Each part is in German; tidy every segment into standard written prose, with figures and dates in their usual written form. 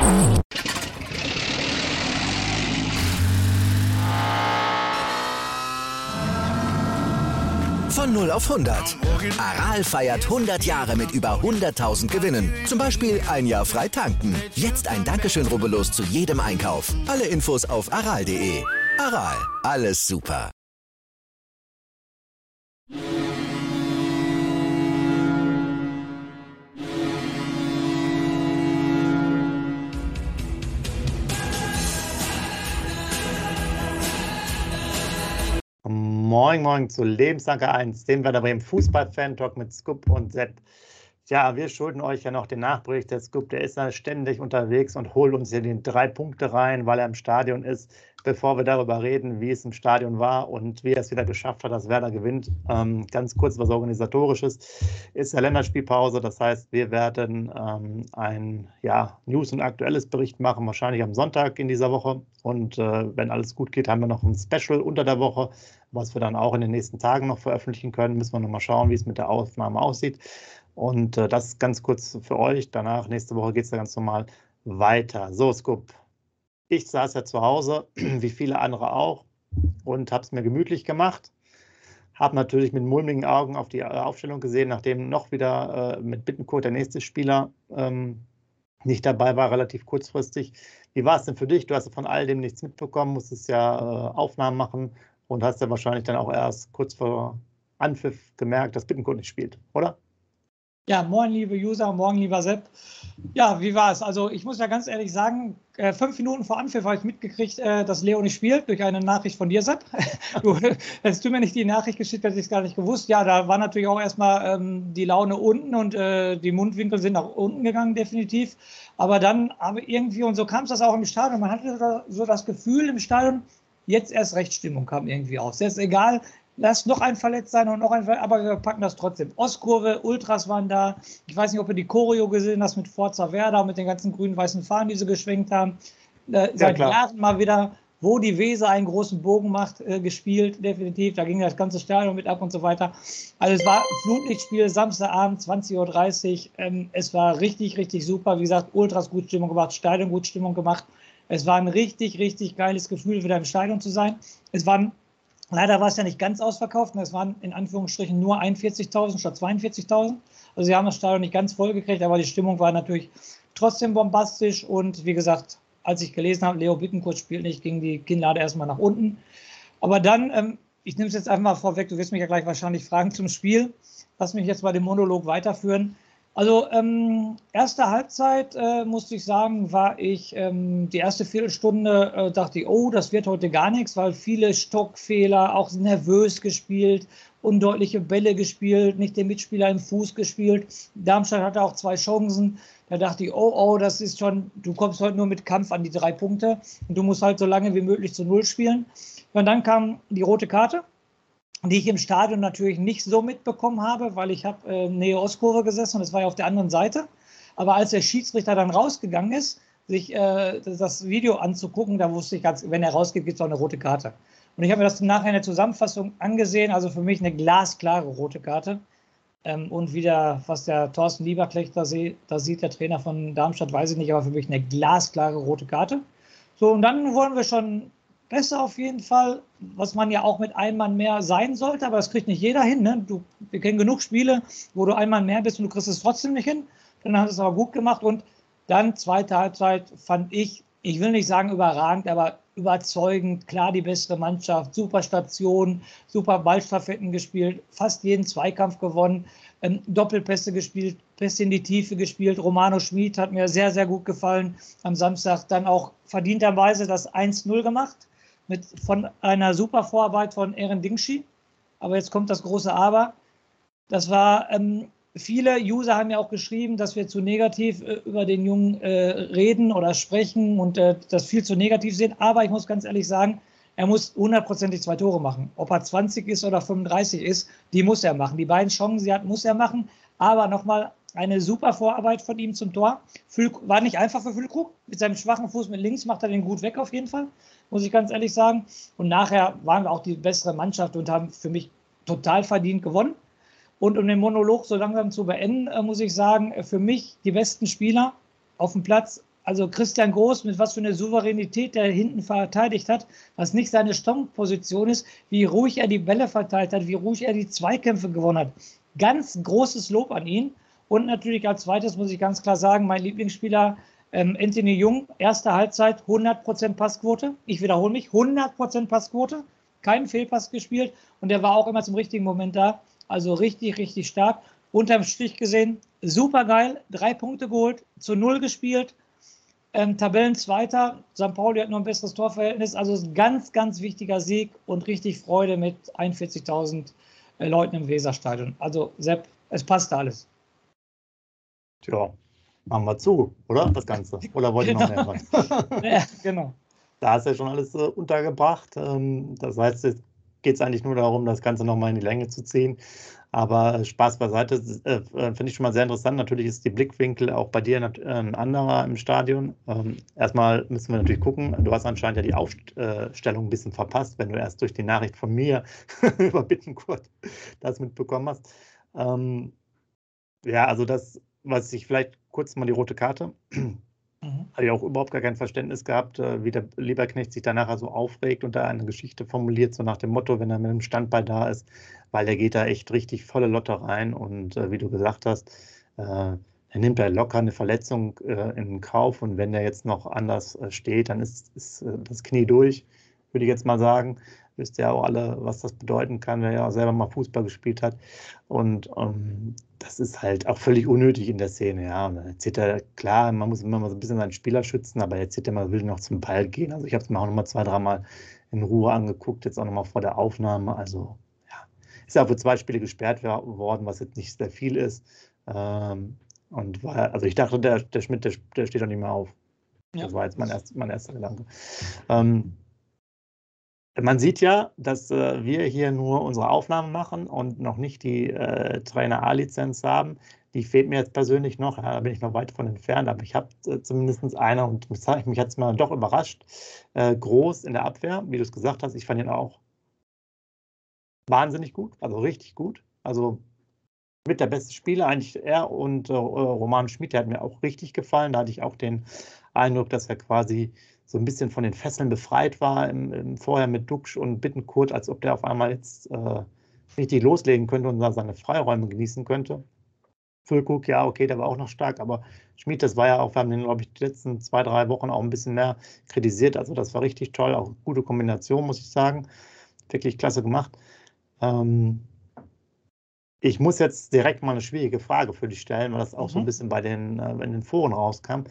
Von 0 auf 100. Aral feiert 100 Jahre mit über 100.000 Gewinnen. Zum Beispiel ein Jahr frei tanken. Jetzt ein Dankeschön, rubbellos zu jedem Einkauf. Alle Infos auf aral.de. Aral, alles super. Moin, moin zu Lebensanker 1, dem Werder Bremen Fußball-Fan-Talk mit Scoop und Sepp. Ja, wir schulden euch ja noch den Nachbericht. Der Scoop, der ist ja ständig unterwegs und holt uns hier die 3 Punkte rein, weil er im Stadion ist. Bevor wir darüber reden, wie es im Stadion war und wie er es wieder geschafft hat, dass Werder gewinnt, ganz kurz was Organisatorisches, ist ja Länderspielpause. Das heißt, wir werden ein News- und aktuelles Bericht machen, wahrscheinlich am Sonntag in dieser Woche. Und wenn alles gut geht, haben wir noch ein Special unter der Woche, was wir dann auch in den nächsten Tagen noch veröffentlichen können. Müssen wir noch mal schauen, wie es mit der Aufnahme aussieht. Und das ganz kurz für euch. Danach, nächste Woche, geht es ja ganz normal weiter. So, Scoop. Ich saß ja zu Hause, wie viele andere auch, und habe es mir gemütlich gemacht. Habe natürlich mit mulmigen Augen auf die Aufstellung gesehen, nachdem noch wieder mit Bittencourt der nächste Spieler nicht dabei war, relativ kurzfristig. Wie war es denn für dich? Du hast ja von all dem nichts mitbekommen, musstest ja Aufnahmen machen und hast ja wahrscheinlich dann auch erst kurz vor Anpfiff gemerkt, dass Bittencourt nicht spielt, oder? Ja, moin liebe User, morgen lieber Sepp. Ja, wie war es? Also ich muss ja ganz ehrlich sagen, 5 Minuten vor Anpfiff habe ich mitgekriegt, dass Leo nicht spielt, durch eine Nachricht von dir, Sepp. Hättest du mir nicht die Nachricht geschickt, hätte ich es gar nicht gewusst. Ja, da war natürlich auch erstmal die Laune unten und die Mundwinkel sind nach unten gegangen, definitiv. Aber dann irgendwie, und so kam es das auch im Stadion, man hatte so das Gefühl im Stadion, jetzt erst Rechtsstimmung kam irgendwie auf. Jetzt egal, lass noch ein verletzt sein und noch ein verletzt, aber wir packen das trotzdem. Ostkurve, Ultras waren da. Ich weiß nicht, ob du die Choreo gesehen hast mit Forza Werder, mit den ganzen grün-weißen Fahnen, die sie geschwenkt haben. Seit Jahren mal wieder, wo die Weser einen großen Bogen macht, gespielt, definitiv. Da ging das ganze Stadion mit ab und so weiter. Also es war ein Flutlichtspiel, Samstagabend, 20:30 Uhr. Es war richtig, richtig super. Wie gesagt, Ultras gut Stimmung gemacht, Stadion gut Stimmung gemacht. Es war ein richtig, richtig geiles Gefühl, wieder im Stadion zu sein. Leider war es ja nicht ganz ausverkauft. Es waren in Anführungsstrichen nur 41.000 statt 42.000. Also sie haben das Stadion nicht ganz voll gekriegt, aber die Stimmung war natürlich trotzdem bombastisch. Und wie gesagt, als ich gelesen habe, Leo Bittencourt spielt nicht, ging die Kinnlade erstmal nach unten. Aber dann, ich nehme es jetzt einfach mal vorweg, du wirst mich ja gleich wahrscheinlich fragen zum Spiel. Lass mich jetzt bei dem Monolog weiterführen. Also erste Halbzeit, musste ich sagen, war ich die erste Viertelstunde, dachte ich, oh, das wird heute gar nichts, weil viele Stockfehler, auch nervös gespielt, undeutliche Bälle gespielt, nicht den Mitspieler im Fuß gespielt. Darmstadt hatte auch 2 Chancen. Da dachte ich, oh, das ist schon, du kommst heute nur mit Kampf an die 3 Punkte und du musst halt so lange wie möglich zu 0 spielen. Und dann kam die rote Karte, die ich im Stadion natürlich nicht so mitbekommen habe, weil ich habe Nähe Ostkurve gesessen und es war ja auf der anderen Seite. Aber als der Schiedsrichter dann rausgegangen ist, sich das Video anzugucken, da wusste ich ganz, wenn er rausgeht, gibt es auch eine rote Karte. Und ich habe mir das nachher in der Zusammenfassung angesehen, also für mich eine glasklare rote Karte. Und wieder, was der Thorsten Lieberknecht da sieht, der Trainer von Darmstadt, weiß ich nicht, aber für mich eine glasklare rote Karte. So, und dann wurden wir schon besser auf jeden Fall, was man ja auch mit einem Mann mehr sein sollte, aber das kriegt nicht jeder hin. Ne? Wir kennen genug Spiele, wo du ein Mann mehr bist und du kriegst es trotzdem nicht hin. Dann hast du es aber gut gemacht und dann zweite Halbzeit fand ich will nicht sagen überragend, aber überzeugend, klar die bessere Mannschaft, super Station, super Ballstaffetten gespielt, fast jeden Zweikampf gewonnen, Doppelpässe gespielt, Pässe in die Tiefe gespielt. Romano Schmid hat mir sehr, sehr gut gefallen am Samstag, dann auch verdienterweise das 1:0 gemacht, von einer super Vorarbeit von Eren Dingschi. Aber jetzt kommt das große Aber. Das war, viele User haben ja auch geschrieben, dass wir zu negativ über den Jungen reden oder sprechen und das viel zu negativ sehen. Aber ich muss ganz ehrlich sagen, er muss 100%ig 2 Tore machen. Ob er 20 ist oder 35 ist, die muss er machen. Die beiden Chancen, sie hat, muss er machen. Aber nochmal eine super Vorarbeit von ihm zum Tor. War nicht einfach für Füllkrug. Mit seinem schwachen Fuß mit links macht er den gut weg auf jeden Fall, muss ich ganz ehrlich sagen. Und nachher waren wir auch die bessere Mannschaft und haben für mich total verdient gewonnen. Und um den Monolog so langsam zu beenden, muss ich sagen, für mich die besten Spieler auf dem Platz Also Christian Groß, mit was für eine Souveränität der hinten verteidigt hat, was nicht seine Stammposition ist, wie ruhig er die Bälle verteilt hat, wie ruhig er die Zweikämpfe gewonnen hat. Ganz großes Lob an ihn. Und natürlich als zweites muss ich ganz klar sagen, mein Lieblingsspieler Anthony Jung, erste Halbzeit 100% Passquote. Ich wiederhole mich, 100% Passquote. Keinen Fehlpass gespielt und der war auch immer zum richtigen Moment da. Also richtig, richtig stark. Unterm Strich gesehen, super geil. 3 Punkte geholt, zu 0 gespielt. Tabellenzweiter, St. Pauli hat noch ein besseres Torverhältnis, also ein ganz, ganz wichtiger Sieg und richtig Freude mit 41.000 Leuten im Weserstadion. Also Sepp, es passt alles. Tja, machen wir zu, oder? Das Ganze. Oder wollt ihr noch mehr was? Ja, genau. Da ist ja schon alles untergebracht. Das heißt, jetzt geht es eigentlich nur darum, das Ganze nochmal in die Länge zu ziehen. Aber Spaß beiseite, finde ich schon mal sehr interessant. Natürlich ist die Blickwinkel auch bei dir ein anderer im Stadion. Erstmal müssen wir natürlich gucken. Du hast anscheinend ja die Aufstellung ein bisschen verpasst, wenn du erst durch die Nachricht von mir über Bittencourt das mitbekommen hast. Ja, also das, was ich vielleicht kurz mal die rote Karte. Habe ich auch überhaupt gar kein Verständnis gehabt, wie der Lieberknecht sich da nachher so aufregt und da eine Geschichte formuliert, so nach dem Motto, wenn er mit dem Standball da ist, weil der geht da echt richtig volle Lotte rein und wie du gesagt hast, er nimmt da locker eine Verletzung in Kauf und wenn der jetzt noch anders steht, dann ist das Knie durch, würde ich jetzt mal sagen. Wisst ihr ja auch alle, was das bedeuten kann, wer ja auch selber mal Fußball gespielt hat. Und das ist halt auch völlig unnötig in der Szene. Ja, und jetzt sieht er, klar, man muss immer mal so ein bisschen seinen Spieler schützen, aber jetzt sieht er mal, will noch zum Ball gehen. Also ich habe es mir auch noch mal 2-3 Mal in Ruhe angeguckt, jetzt auch noch mal vor der Aufnahme. Also ja, ist ja für 2 Spiele gesperrt worden, was jetzt nicht sehr viel ist. Und also ich dachte, der Schmidt, der steht doch nicht mehr auf. Ja. Das war jetzt mein erster Gedanke. Man sieht ja, dass wir hier nur unsere Aufnahmen machen und noch nicht die Trainer A-Lizenz haben. Die fehlt mir jetzt persönlich noch, da bin ich noch weit von entfernt, aber ich habe zumindest einer und mich hat es mal doch überrascht. Groß in der Abwehr, wie du es gesagt hast, ich fand ihn auch wahnsinnig gut, also richtig gut. Also mit der beste Spieler, eigentlich er und Roman Schmid, der hat mir auch richtig gefallen. Da hatte ich auch den Eindruck, dass er quasi so ein bisschen von den Fesseln befreit war, vorher mit Duksch und Bittencourt, als ob der auf einmal jetzt richtig loslegen könnte und seine Freiräume genießen könnte. Füllkrug, ja, okay, der war auch noch stark, aber Schmid, das war ja auch, wir haben den, glaube ich, die letzten 2-3 Wochen auch ein bisschen mehr kritisiert, also das war richtig toll, auch gute Kombination, muss ich sagen, wirklich klasse gemacht. Ich muss jetzt direkt mal eine schwierige Frage für dich stellen, weil das auch so ein bisschen in den Foren rauskam.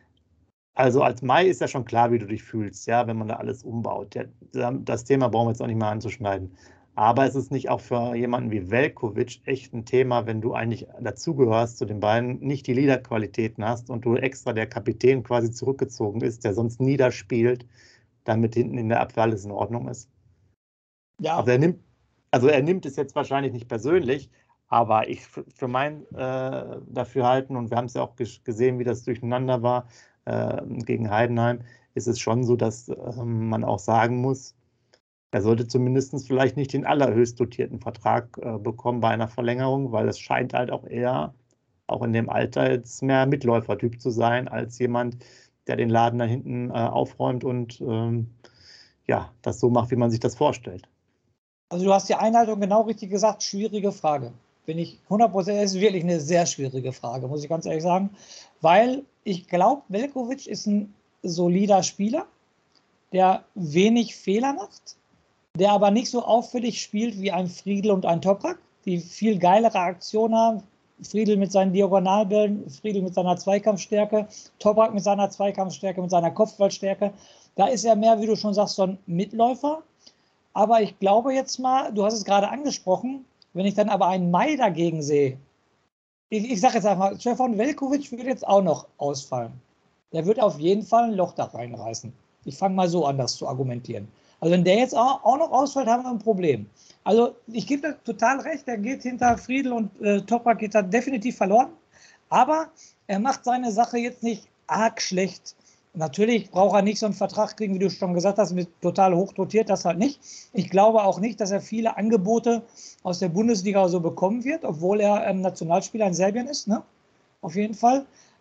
Also als Mai ist ja schon klar, wie du dich fühlst, ja, wenn man da alles umbaut. Das Thema brauchen wir jetzt auch nicht mehr anzuschneiden. Aber es ist nicht auch für jemanden wie Veljković echt ein Thema, wenn du eigentlich dazugehörst zu den beiden, nicht die Leaderqualitäten hast und du extra der Kapitän quasi zurückgezogen ist, der sonst nie da spielt, damit hinten in der Abwehr alles in Ordnung ist. Ja. Also er nimmt es jetzt wahrscheinlich nicht persönlich, aber ich für mein Dafürhalten, und wir haben es ja auch gesehen, wie das durcheinander war, gegen Heidenheim, ist es schon so, dass man auch sagen muss, er sollte zumindest vielleicht nicht den allerhöchst dotierten Vertrag bekommen bei einer Verlängerung, weil es scheint halt auch eher, auch in dem Alter, jetzt mehr Mitläufertyp zu sein, als jemand, der den Laden da hinten aufräumt und ja, das so macht, wie man sich das vorstellt. Also du hast die Einleitung genau richtig gesagt, schwierige Frage. Bin ich 100%, es ist wirklich eine sehr schwierige Frage, muss ich ganz ehrlich sagen, weil ich glaube, Veljković ist ein solider Spieler, der wenig Fehler macht, der aber nicht so auffällig spielt wie ein Friedl und ein Toprak, die viel geilere Aktionen haben. Friedl mit seinen Diagonalbällen, Friedl mit seiner Zweikampfstärke, Toprak mit seiner Zweikampfstärke, mit seiner Kopfballstärke. Da ist er mehr, wie du schon sagst, so ein Mitläufer. Aber ich glaube jetzt mal, du hast es gerade angesprochen, wenn ich dann aber einen Mai dagegen sehe, ich sage jetzt einfach, Stefan Veljković wird jetzt auch noch ausfallen. Der wird auf jeden Fall ein Loch da reinreißen. Ich fange mal so an, das zu argumentieren. Also wenn der jetzt auch noch ausfällt, haben wir ein Problem. Also ich gebe dir total recht, der geht hinter Friedl und Toprak geht da definitiv verloren. Aber er macht seine Sache jetzt nicht arg schlecht. Natürlich braucht er nicht so einen Vertrag kriegen, wie du schon gesagt hast, mit total hoch dotiert, das halt nicht. Ich glaube auch nicht, dass er viele Angebote aus der Bundesliga so bekommen wird, obwohl er Nationalspieler in Serbien ist, ne? Auf jeden Fall.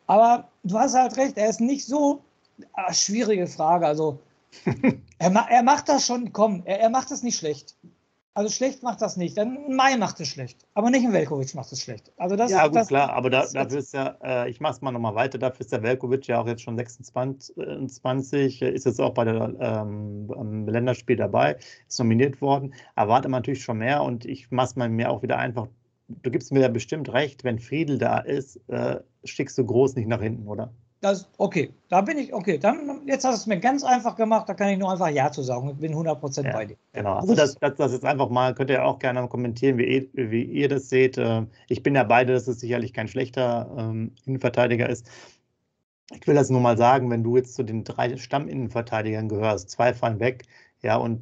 Aber du hast halt recht, er ist nicht so, schwierige Frage, also er macht das schon, komm, er macht das nicht schlecht. Also schlecht macht das nicht. Dann Mai macht es schlecht. Aber nicht ein Velkovic macht es schlecht. Also Ja, gut, klar, aber dafür ist ja, ich mache es mal nochmal weiter, dafür ist der Velkovic ja auch jetzt schon 26, ist jetzt auch bei der Länderspiel dabei, ist nominiert worden, erwarte man natürlich schon mehr und ich mache es mir auch wieder einfach, du gibst mir ja bestimmt recht, wenn Friedl da ist, schickst du Groß nicht nach hinten, oder? Okay, da bin ich, okay, dann, jetzt hast du es mir ganz einfach gemacht, da kann ich nur einfach Ja zu sagen und bin 100% bei dir. Genau, also das jetzt einfach mal, könnt ihr auch gerne kommentieren, wie ihr das seht. Ich bin ja beide, dass es sicherlich kein schlechter Innenverteidiger ist. Ich will das nur mal sagen, wenn du jetzt zu den 3 Stamminnenverteidigern gehörst, 2 fallen weg, ja, und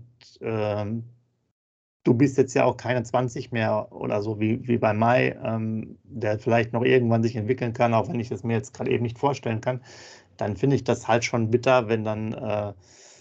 du bist jetzt ja auch keine 20 mehr oder so wie bei Mai, der vielleicht noch irgendwann sich entwickeln kann, auch wenn ich das mir jetzt gerade eben nicht vorstellen kann, dann finde ich das halt schon bitter, wenn dann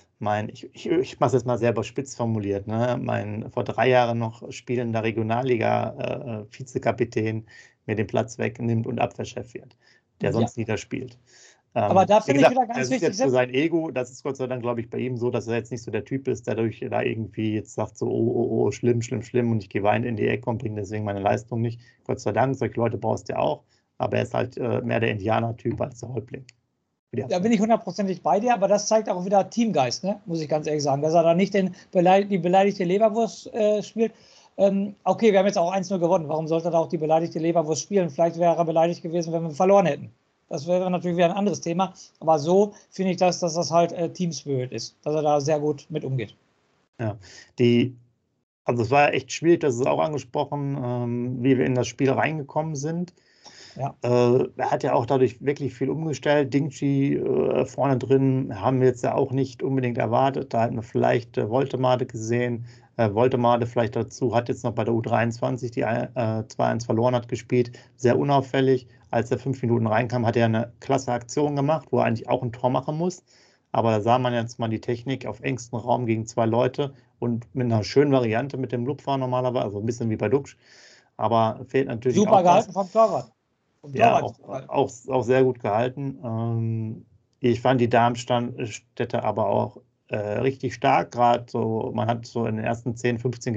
ich mache es jetzt mal selber spitz formuliert, ne? Mein vor 3 Jahren noch spielender Regionalliga Vizekapitän mir den Platz wegnimmt und Abwehrchef wird, der sonst nie da spielt. Aber da finde ich wieder ganz das wichtig. ist jetzt für sein Ego, das ist Gott sei Dank, glaube ich, bei ihm so, dass er jetzt nicht so der Typ ist, der dadurch da irgendwie jetzt sagt so, oh, schlimm und ich gehe weinend in die Ecke und bringe deswegen meine Leistung nicht. Gott sei Dank, solche Leute brauchst du ja auch, aber er ist halt mehr der Indianer-Typ als der Häuptling. Da bin ich 100% bei dir, aber das zeigt auch wieder Teamgeist, ne? Muss ich ganz ehrlich sagen, dass er da nicht die beleidigte Leberwurst spielt. Okay, wir haben jetzt auch 1-0 gewonnen. Warum sollte er da auch die beleidigte Leberwurst spielen? Vielleicht wäre er beleidigt gewesen, wenn wir verloren hätten. Das wäre natürlich wieder ein anderes Thema. Aber so finde ich, dass das halt Team-Spirit ist, dass er da sehr gut mit umgeht. Ja, also es war ja echt schwierig, das ist auch angesprochen, wie wir in das Spiel reingekommen sind. Ja. Er hat ja auch dadurch wirklich viel umgestellt. Dingchi vorne drin haben wir jetzt ja auch nicht unbedingt erwartet. Da hätten wir vielleicht Woltemade gesehen. Woltemade vielleicht dazu, hat jetzt noch bei der U23, die 2-1 verloren hat, gespielt. Sehr unauffällig. Als er 5 Minuten reinkam, hat er eine klasse Aktion gemacht, wo er eigentlich auch ein Tor machen muss. Aber da sah man jetzt mal die Technik auf engstem Raum gegen 2 Leute und mit einer schönen Variante mit dem Lupfer normalerweise, also ein bisschen wie bei Duxch. Aber fehlt natürlich super auch gehalten vom Torwart. Ja, auch sehr gut gehalten. Ich fand die Darmstädter aber auch richtig stark, gerade so, man hat so in den ersten 10, 15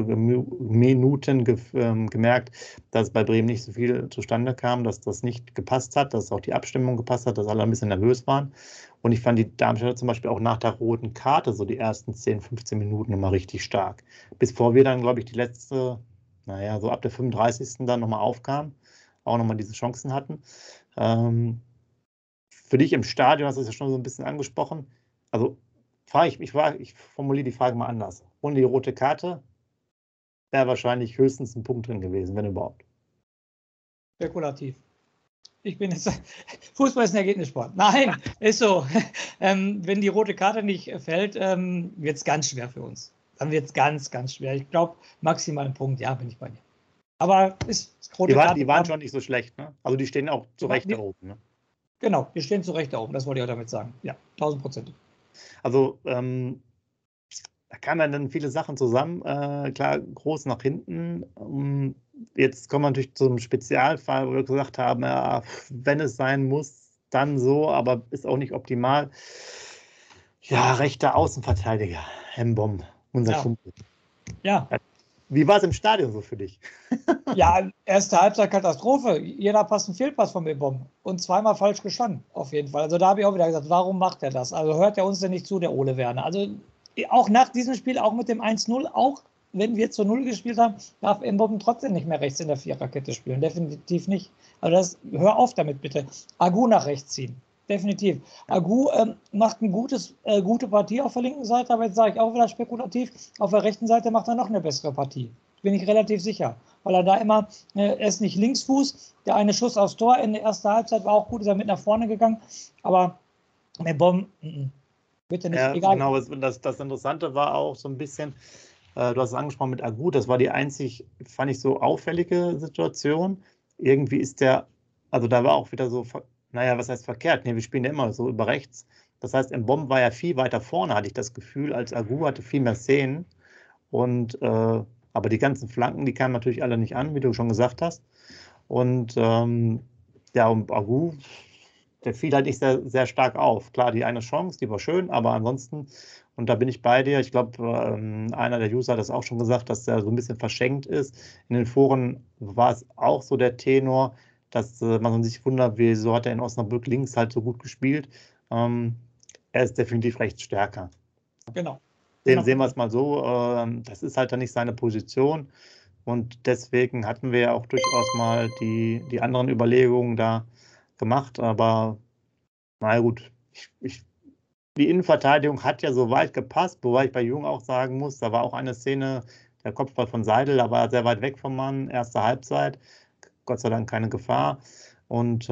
Minuten gemerkt, dass bei Bremen nicht so viel zustande kam, dass das nicht gepasst hat, dass auch die Abstimmung gepasst hat, dass alle ein bisschen nervös waren. Und ich fand die Darmstädter zum Beispiel auch nach der roten Karte so die ersten 10, 15 Minuten immer richtig stark. Bis vor wir dann, glaube ich, die letzte, so ab der 35. dann nochmal aufkamen, auch nochmal diese Chancen hatten. Für dich im Stadion, hast du es ja schon so ein bisschen angesprochen, also ich formuliere die Frage mal anders. Ohne die rote Karte wäre wahrscheinlich höchstens ein Punkt drin gewesen, wenn überhaupt. Spekulativ. Ich bin jetzt, Fußball ist ein Ergebnissport. Nein, ist so. Wenn die rote Karte nicht fällt, wird es ganz schwer für uns. Dann wird es ganz, ganz schwer. Ich glaube, maximal ein Punkt, ja, bin ich bei dir. Aber die waren schon nicht so schlecht, ne? Also die stehen auch zu Recht da oben, ne? Genau, die stehen zu Recht da oben, das wollte ich auch damit sagen. Ja, 1000%. Also da kamen dann viele Sachen zusammen. Klar, Groß nach hinten. Jetzt kommen wir natürlich zum Spezialfall, wo wir gesagt haben, ja, wenn es sein muss, dann so, aber ist auch nicht optimal. Ja, rechter Außenverteidiger, Mbom, unser Kumpel. Ja. Wie war es im Stadion so für dich? Ja, erste Halbzeit Katastrophe. Jeder passt einen Fehlpass von Mbom und zweimal falsch gestanden, auf jeden Fall. Also da habe ich auch wieder gesagt, warum macht er das? Also hört er uns denn nicht zu, der Ole Werner? Also auch nach diesem Spiel, auch mit dem 1-0, auch wenn wir zu 0 gespielt haben, darf Mbom trotzdem nicht mehr rechts in der Viererkette spielen. Definitiv nicht. Also hör auf damit bitte. Agu nach rechts ziehen. Definitiv. Agu macht eine gute Partie auf der linken Seite, aber jetzt sage ich auch wieder spekulativ, auf der rechten Seite macht er noch eine bessere Partie. Bin ich relativ sicher. Weil er da immer, er ist nicht Linksfuß, der eine Schuss aufs Tor in der ersten Halbzeit war auch gut, ist er mit nach vorne gegangen, aber Mbom, bitte nicht. Ja, egal. Genau, das Interessante war auch so ein bisschen, du hast es angesprochen mit Agu, das war die einzig, fand ich, so auffällige Situation. Irgendwie ist also da war auch wieder so, was heißt verkehrt? Nee, wir spielen ja immer so über rechts. Das heißt, Mbom war ja viel weiter vorne, hatte ich das Gefühl, als Agu, hatte viel mehr Szenen. Aber die ganzen Flanken, die kamen natürlich alle nicht an, wie du schon gesagt hast. Und und Agu, der fiel halt nicht sehr, sehr stark auf. Klar, die eine Chance, die war schön, aber ansonsten, und da bin ich bei dir, ich glaube, einer der User hat das auch schon gesagt, dass der so ein bisschen verschenkt ist. In den Foren war es auch so der Tenor, dass man sich wundert, wieso hat er in Osnabrück links halt so gut gespielt. Er ist definitiv recht stärker. Genau. Sehen wir es mal so, das ist halt dann nicht seine Position. Und deswegen hatten wir ja auch durchaus mal die anderen Überlegungen da gemacht. Aber na gut, die Innenverteidigung hat ja so weit gepasst, wobei ich bei Jung auch sagen muss, da war auch eine Szene, der Kopfball von Seidel, da war er sehr weit weg vom Mann, erste Halbzeit. Gott sei Dank keine Gefahr. Und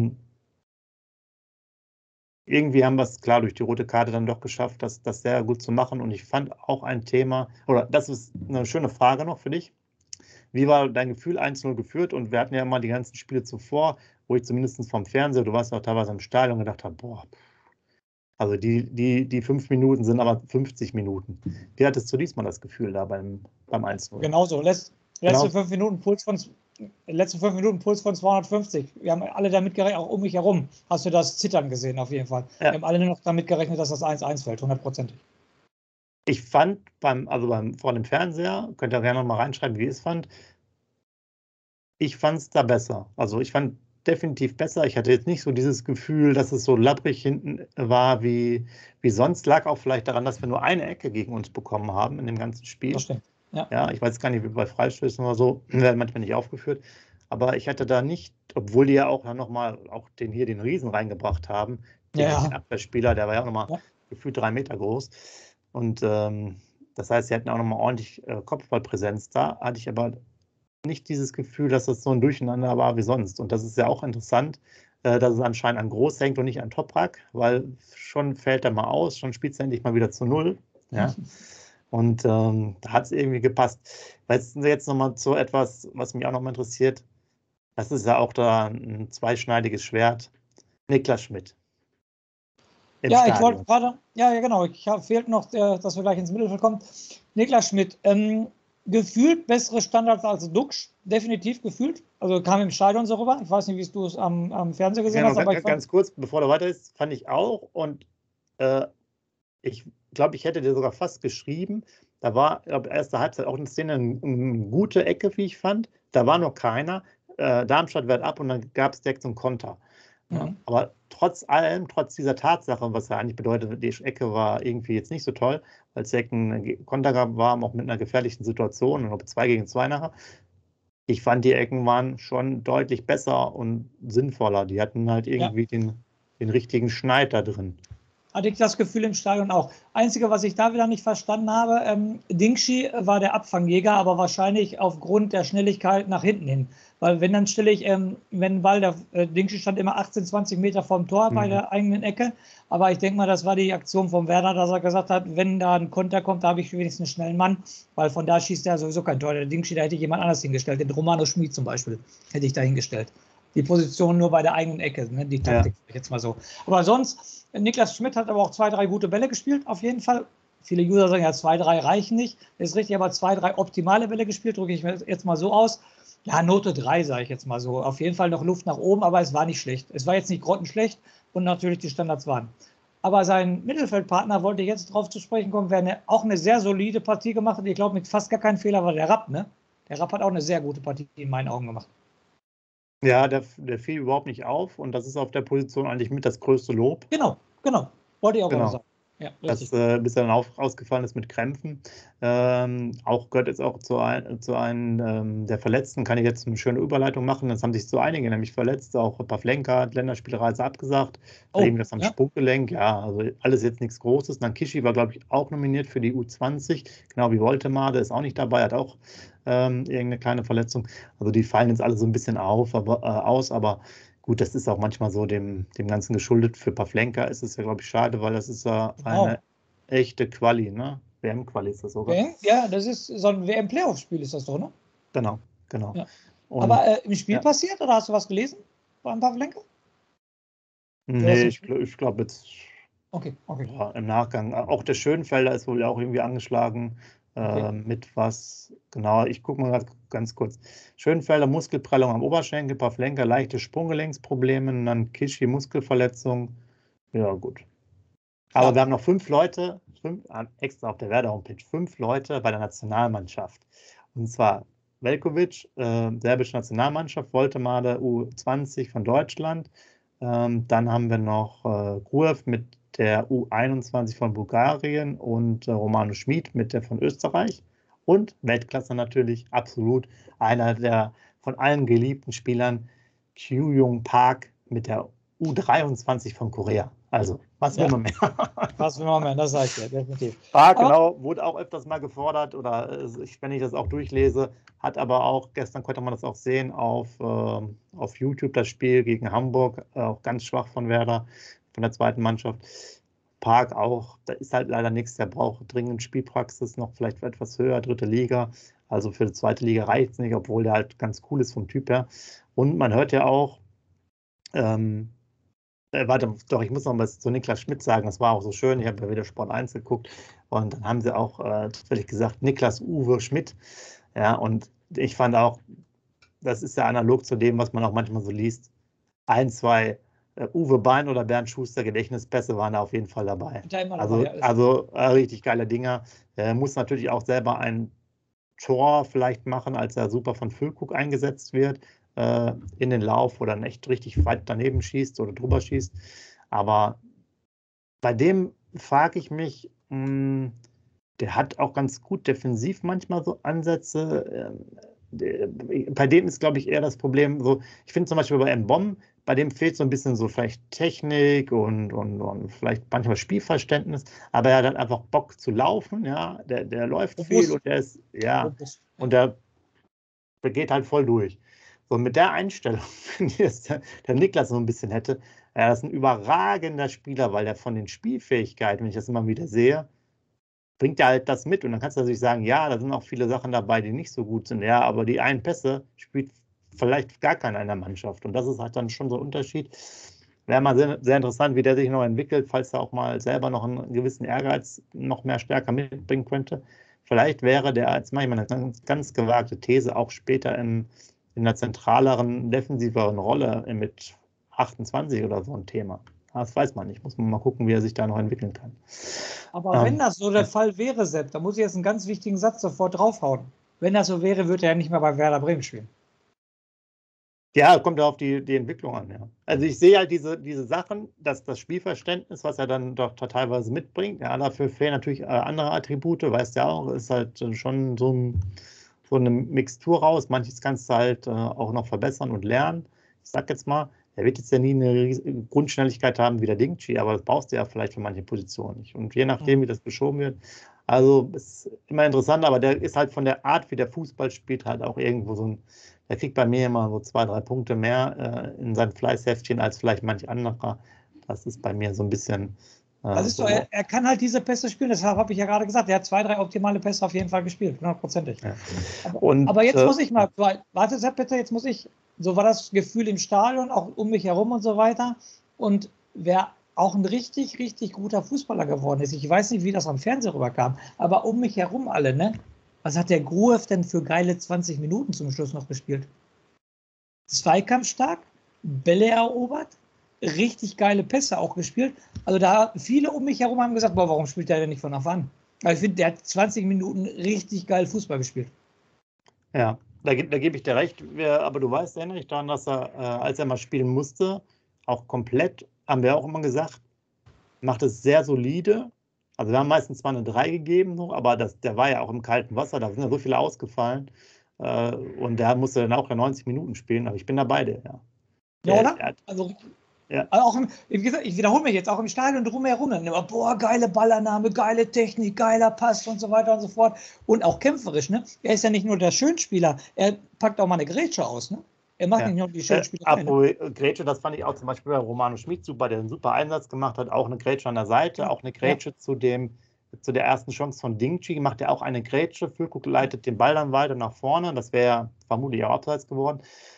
irgendwie haben wir es klar durch die rote Karte dann doch geschafft, das sehr gut zu machen. Und ich fand auch ein Thema, oder das ist eine schöne Frage noch für dich. Wie war dein Gefühl, 1-0 geführt? Und wir hatten ja mal die ganzen Spiele zuvor, wo ich zumindest vom Fernseher, du warst ja auch teilweise im Stadion, gedacht habe, boah, also die 5 Minuten sind aber 50 Minuten. Wie hattest du diesmal das Gefühl da beim 1-0? Genauso. Letzte 5 Minuten Puls von 250. Wir haben alle damit gerechnet, auch um mich herum. Hast du das Zittern gesehen, auf jeden Fall. Ja. Wir haben alle nur noch damit gerechnet, dass das 1-1 fällt, 100%. Ich fand vor dem Fernseher, könnt ihr gerne noch mal reinschreiben, wie ihr es fand. Ich fand es da besser. Also ich fand definitiv besser. Ich hatte jetzt nicht so dieses Gefühl, dass es so labbrig hinten war wie sonst. Lag auch vielleicht daran, dass wir nur eine Ecke gegen uns bekommen haben in dem ganzen Spiel. Das stimmt. Ja, ich weiß gar nicht, wie bei Freistößen oder so, werden manchmal nicht aufgeführt. Aber ich hatte da nicht, obwohl die ja auch dann nochmal den Riesen reingebracht haben, den Abwehrspieler, der war ja auch nochmal gefühlt 3 Meter groß. Und das heißt, sie hatten auch nochmal ordentlich Kopfballpräsenz da. Hatte ich aber nicht dieses Gefühl, dass das so ein Durcheinander war wie sonst. Und das ist ja auch interessant, dass es anscheinend an Groß hängt und nicht an Toprak, weil schon fällt er mal aus, schon spielt es endlich mal wieder zu 0. Ja. Und da hat es irgendwie gepasst. Weißt du, jetzt nochmal zu etwas, was mich auch nochmal interessiert. Das ist ja auch da ein zweischneidiges Schwert. Niklas Schmidt. Ja, ich wollte gerade, ja, genau, fehlt noch, dass wir gleich ins Mittelfeld kommen. Niklas Schmidt, gefühlt bessere Standards als Duxch, definitiv gefühlt. Also kam im Stadion so rüber. Ich weiß nicht, wie du es am Fernseher gesehen hast. Aber ganz kurz, bevor du weiter ist, fand ich auch. Und ich glaube, ich hätte dir sogar fast geschrieben, da war, erste Halbzeit auch eine Szene, eine gute Ecke, wie ich fand. Da war noch keiner. Darmstadt wehrt ab und dann gab es direkt so einen Konter. Ja, aber trotz allem, trotz dieser Tatsache, was ja eigentlich bedeutet, die Ecke war irgendwie jetzt nicht so toll, weil es direkt ein Konter gab, war auch mit einer gefährlichen Situation, und 2 gegen 2 nachher. Ich fand, die Ecken waren schon deutlich besser und sinnvoller. Die hatten halt irgendwie den richtigen Schneid da drin. Hatte ich das Gefühl im Stadion auch. Einzige, was ich da wieder nicht verstanden habe, Dingschi war der Abfangjäger, aber wahrscheinlich aufgrund der Schnelligkeit nach hinten hin. Weil wenn dann stelle ich, Dingschi stand immer 18, 20 Meter vom Tor bei der eigenen Ecke. Aber ich denke mal, das war die Aktion vom Werner, dass er gesagt hat, wenn da ein Konter kommt, da habe ich wenigstens einen schnellen Mann. Weil von da schießt er sowieso kein Tor. Der Dingschi, da hätte ich jemand anders hingestellt. Den Romano Schmid zum Beispiel hätte ich da hingestellt. Die Position nur bei der eigenen Ecke, ne? Die Taktik, jetzt mal so. Aber sonst, Niklas Schmidt hat aber auch 2, 3 gute Bälle gespielt, auf jeden Fall. Viele User sagen ja, 2, 3 reichen nicht. Das ist richtig, aber 2, 3 optimale Bälle gespielt, drücke ich mir jetzt mal so aus. Ja, Note 3, sage ich jetzt mal so. Auf jeden Fall noch Luft nach oben, aber es war nicht schlecht. Es war jetzt nicht grottenschlecht und natürlich die Standards waren. Aber sein Mittelfeldpartner, wollte ich jetzt drauf zu sprechen kommen, auch eine sehr solide Partie gemacht hat. Ich glaube, mit fast gar keinem Fehler war der Rapp, ne? Der Rapp hat auch eine sehr gute Partie in meinen Augen gemacht. Ja, der fiel überhaupt nicht auf, und das ist auf der Position eigentlich mit das größte Lob. Genau. Wollte ich auch mal sagen. Ja, das bis er dann ausgefallen ist mit Krämpfen. Auch gehört jetzt auch zu einem der Verletzten, kann ich jetzt eine schöne Überleitung machen. Das haben sich so einige nämlich verletzt. Auch Pavlenka hat Länderspielreise abgesagt. Eben das am Sprunggelenk. Ja, also alles jetzt nichts Großes. Nankishi war, glaube ich, auch nominiert für die U20. Genau wie Woltemar, der ist auch nicht dabei, hat auch irgendeine kleine Verletzung. Also die fallen jetzt alle so ein bisschen aus, aber gut, das ist auch manchmal so dem Ganzen geschuldet. Für Pavlenka ist es ja, glaube ich, schade, weil das ist ja eine echte Quali, ne? WM-Quali ist das sogar. Ja, das ist so ein WM-Playoff-Spiel, ist das doch, ne? Genau. Ja. Aber im Spiel passiert, oder hast du was gelesen beim Pavlenka? Nee, ich glaube jetzt okay. Ja, im Nachgang. Auch der Schönfelder ist wohl auch irgendwie angeschlagen. Okay. Mit was, genau, ich gucke mal ganz kurz. Schönfelder Muskelprellung am Oberschenkel, Pavlenka leichte Sprunggelenksprobleme, dann Kishi Muskelverletzung. Ja, gut. Aber Ja. wir haben noch 5 Leute, extra auf der Werder-Homepage, 5 Leute bei der Nationalmannschaft. Und zwar Veljković, serbische Nationalmannschaft, Woltemade U20 von Deutschland. Dann haben wir noch Gruev mit der U21 von Bulgarien und Romano Schmid mit der von Österreich. Und Weltklasse natürlich, absolut, einer der von allen geliebten Spielern, Kyung Park mit der U23 von Korea. Also, was will man mehr? Was will man mehr, das sage ich dir, definitiv. Park, genau, wurde auch öfters mal gefordert oder wenn ich das auch durchlese, hat aber auch, gestern konnte man das auch sehen, auf YouTube das Spiel gegen Hamburg, auch ganz schwach von Werder, von der zweiten Mannschaft. Park auch, da ist halt leider nichts, der braucht dringend Spielpraxis, noch vielleicht etwas höher, 3. Liga. Also für die 2. Liga reicht es nicht, obwohl der halt ganz cool ist vom Typ her. Und man hört ja auch, warte, doch, ich muss noch was zu Niklas Schmidt sagen, das war auch so schön, ich habe ja wieder Sport 1 geguckt und dann haben sie auch zufällig gesagt, Niklas Uwe Schmidt, ja, und ich fand auch, das ist ja analog zu dem, was man auch manchmal so liest, 1, 2 Uwe Bein oder Bernd Schuster Gedächtnispässe waren da auf jeden Fall dabei. Also richtig geile Dinger. Er muss natürlich auch selber ein Tor vielleicht machen, als er super von Füllkrug eingesetzt wird, in den Lauf, wo er dann echt richtig weit daneben schießt oder drüber schießt. Aber bei dem frage ich mich, der hat auch ganz gut defensiv manchmal so Ansätze. Bei dem ist, glaube ich, eher das Problem so, ich finde zum Beispiel bei Mbom, bei dem fehlt so ein bisschen so vielleicht Technik und vielleicht manchmal Spielverständnis, aber er hat halt einfach Bock zu laufen, ja, der läuft viel und der ist, ja, und der geht halt voll durch. So mit der Einstellung, wenn jetzt der Niklas so ein bisschen hätte, ja, das ist ein überragender Spieler, weil der von den Spielfähigkeiten, wenn ich das immer wieder sehe, bringt er halt das mit und dann kannst du natürlich sagen, ja, da sind auch viele Sachen dabei, die nicht so gut sind, ja, aber die einen Pässe spielt vielleicht gar keiner in der Mannschaft und das ist halt dann schon so ein Unterschied. Wäre mal sehr, sehr interessant, wie der sich noch entwickelt, falls er auch mal selber noch einen gewissen Ehrgeiz noch mehr stärker mitbringen könnte. Vielleicht wäre der, jetzt mache ich mal eine ganz gewagte These, auch später in einer zentraleren, defensiveren Rolle mit 28 oder so ein Thema. Das weiß man nicht. Muss man mal gucken, wie er sich da noch entwickeln kann. Aber wenn das so der Fall wäre, Sepp, da muss ich jetzt einen ganz wichtigen Satz sofort draufhauen. Wenn das so wäre, würde er ja nicht mehr bei Werder Bremen spielen. Ja, kommt ja auf die Entwicklung an, ja. Also ich sehe halt diese Sachen, dass das Spielverständnis, was er dann doch teilweise mitbringt, ja, dafür fehlen natürlich andere Attribute, weißt du ja auch, ist halt schon so eine Mixtur raus. Manches kannst du halt auch noch verbessern und lernen. Ich sag jetzt mal, er wird jetzt ja nie eine Grundschnelligkeit haben wie der Dingchi, aber das brauchst du ja vielleicht für manche Positionen nicht. Und je nachdem, wie das geschoben wird, also ist immer interessant, aber der ist halt von der Art, wie der Fußball spielt, halt auch irgendwo so ein, der kriegt bei mir immer so 2, 3 Punkte mehr in sein Fleißheftchen als vielleicht manch anderer. Das ist bei mir so ein bisschen. Das ist so, er kann halt diese Pässe spielen, deshalb habe ich ja gerade gesagt, er hat 2, 3 optimale Pässe auf jeden Fall gespielt, 100%. Ja. Aber jetzt muss ich mal, warte Sepp bitte, jetzt muss ich, so war das Gefühl im Stadion, auch um mich herum und so weiter. Und wer auch ein richtig, richtig guter Fußballer geworden ist, ich weiß nicht, wie das am Fernsehen rüberkam, aber um mich herum alle, ne? Was hat der Gruev denn für geile 20 Minuten zum Schluss noch gespielt? Zweikampfstark, Bälle erobert, richtig geile Pässe auch gespielt. Also da viele um mich herum haben gesagt, boah, warum spielt der denn nicht von Anfang an? Weil ich finde, der hat 20 Minuten richtig geil Fußball gespielt. Ja, da gebe ich dir recht. Aber du weißt ja nicht daran, dass er, als er mal spielen musste, auch komplett, haben wir auch immer gesagt, macht es sehr solide. Also wir haben meistens zwar eine 3 gegeben, aber der war ja auch im kalten Wasser, da sind ja so viele ausgefallen. Und der musste dann auch 90 Minuten spielen, aber ich bin da bei dir, ja. Ja, oder? Also auch wie gesagt, ich wiederhole mich jetzt, auch im Stadion drumherum, dann immer, boah, geile Ballannahme, geile Technik, geiler Pass und so weiter und so fort. Und auch kämpferisch, ne? Er ist ja nicht nur der Schönspieler, er packt auch mal eine Grätsche aus, ne? Er macht nicht nur die Schönspieler. Grätsche, das fand ich auch zum Beispiel bei Romano Schmid super, der einen super Einsatz gemacht hat, auch eine Grätsche an der Seite, auch eine Grätsche zu der ersten Chance von Dingchi, macht er auch eine Grätsche, Füllkrug leitet den Ball dann weiter nach vorne, das wäre vermutlich auch abseits geworden,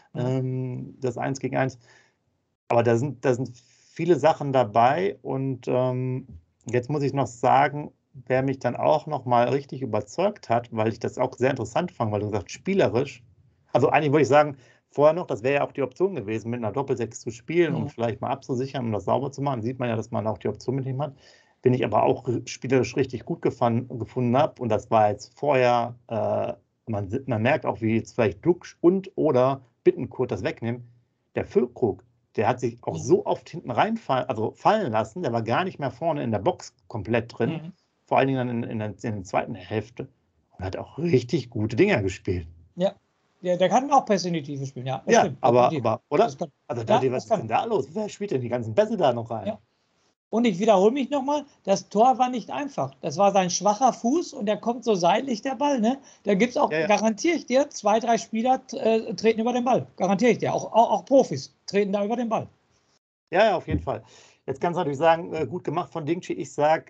das 1 gegen 1. Aber da sind viele Sachen dabei und jetzt muss ich noch sagen, wer mich dann auch nochmal richtig überzeugt hat, weil ich das auch sehr interessant fand, weil du gesagt spielerisch. Also eigentlich würde ich sagen, vorher noch, das wäre ja auch die Option gewesen, mit einer Doppel-6 zu spielen, um vielleicht mal abzusichern, um das sauber zu machen. Sieht man ja, dass man auch die Option mit ihm hat. Den ich aber auch spielerisch richtig gut gefunden habe. Und das war jetzt vorher, man merkt auch, wie jetzt vielleicht Duxch und oder Bittencourt das wegnehmen. Der Füllkrug, der hat sich auch so oft hinten fallen lassen, der war gar nicht mehr vorne in der Box komplett drin. Vor allen Dingen dann in der zweiten Hälfte. Und hat auch richtig gute Dinger gespielt. Ja. Der kann auch Pässe in die Tiefe spielen, ja. Ja, stimmt, aber oder? Also was ist denn da los? Wer spielt denn die ganzen Bässe da noch rein? Ja. Und ich wiederhole mich nochmal, das Tor war nicht einfach. Das war sein schwacher Fuß und der kommt so seitlich, der Ball. Ne? Da gibt es auch, garantiere ich dir, 2, 3 Spieler treten über den Ball. Garantiere ich dir. Auch Profis treten da über den Ball. Ja, auf jeden Fall. Jetzt kannst du natürlich sagen, gut gemacht von Dingchi. Ich sage,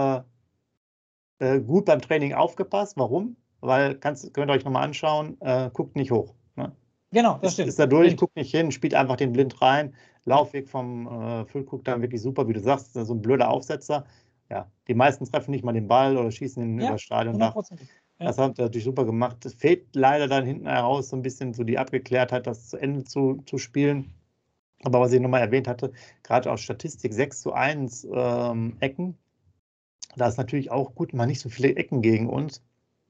gut beim Training aufgepasst. Warum? Weil, könnt ihr euch nochmal anschauen, guckt nicht hoch. Ne? Genau, das stimmt. Ist da durch, guckt nicht hin, spielt einfach den blind rein. Laufweg vom Füllkrug dann wirklich super, wie du sagst, so ein blöder Aufsetzer. Ja, die meisten treffen nicht mal den Ball oder schießen ihn über das Stadiondach. Das hat er natürlich super gemacht. Es fehlt leider dann hinten heraus so ein bisschen so die Abgeklärtheit, das zu Ende zu spielen. Aber was ich nochmal erwähnt hatte, gerade aus Statistik 6:1 Ecken, da ist natürlich auch gut, mal nicht so viele Ecken gegen uns.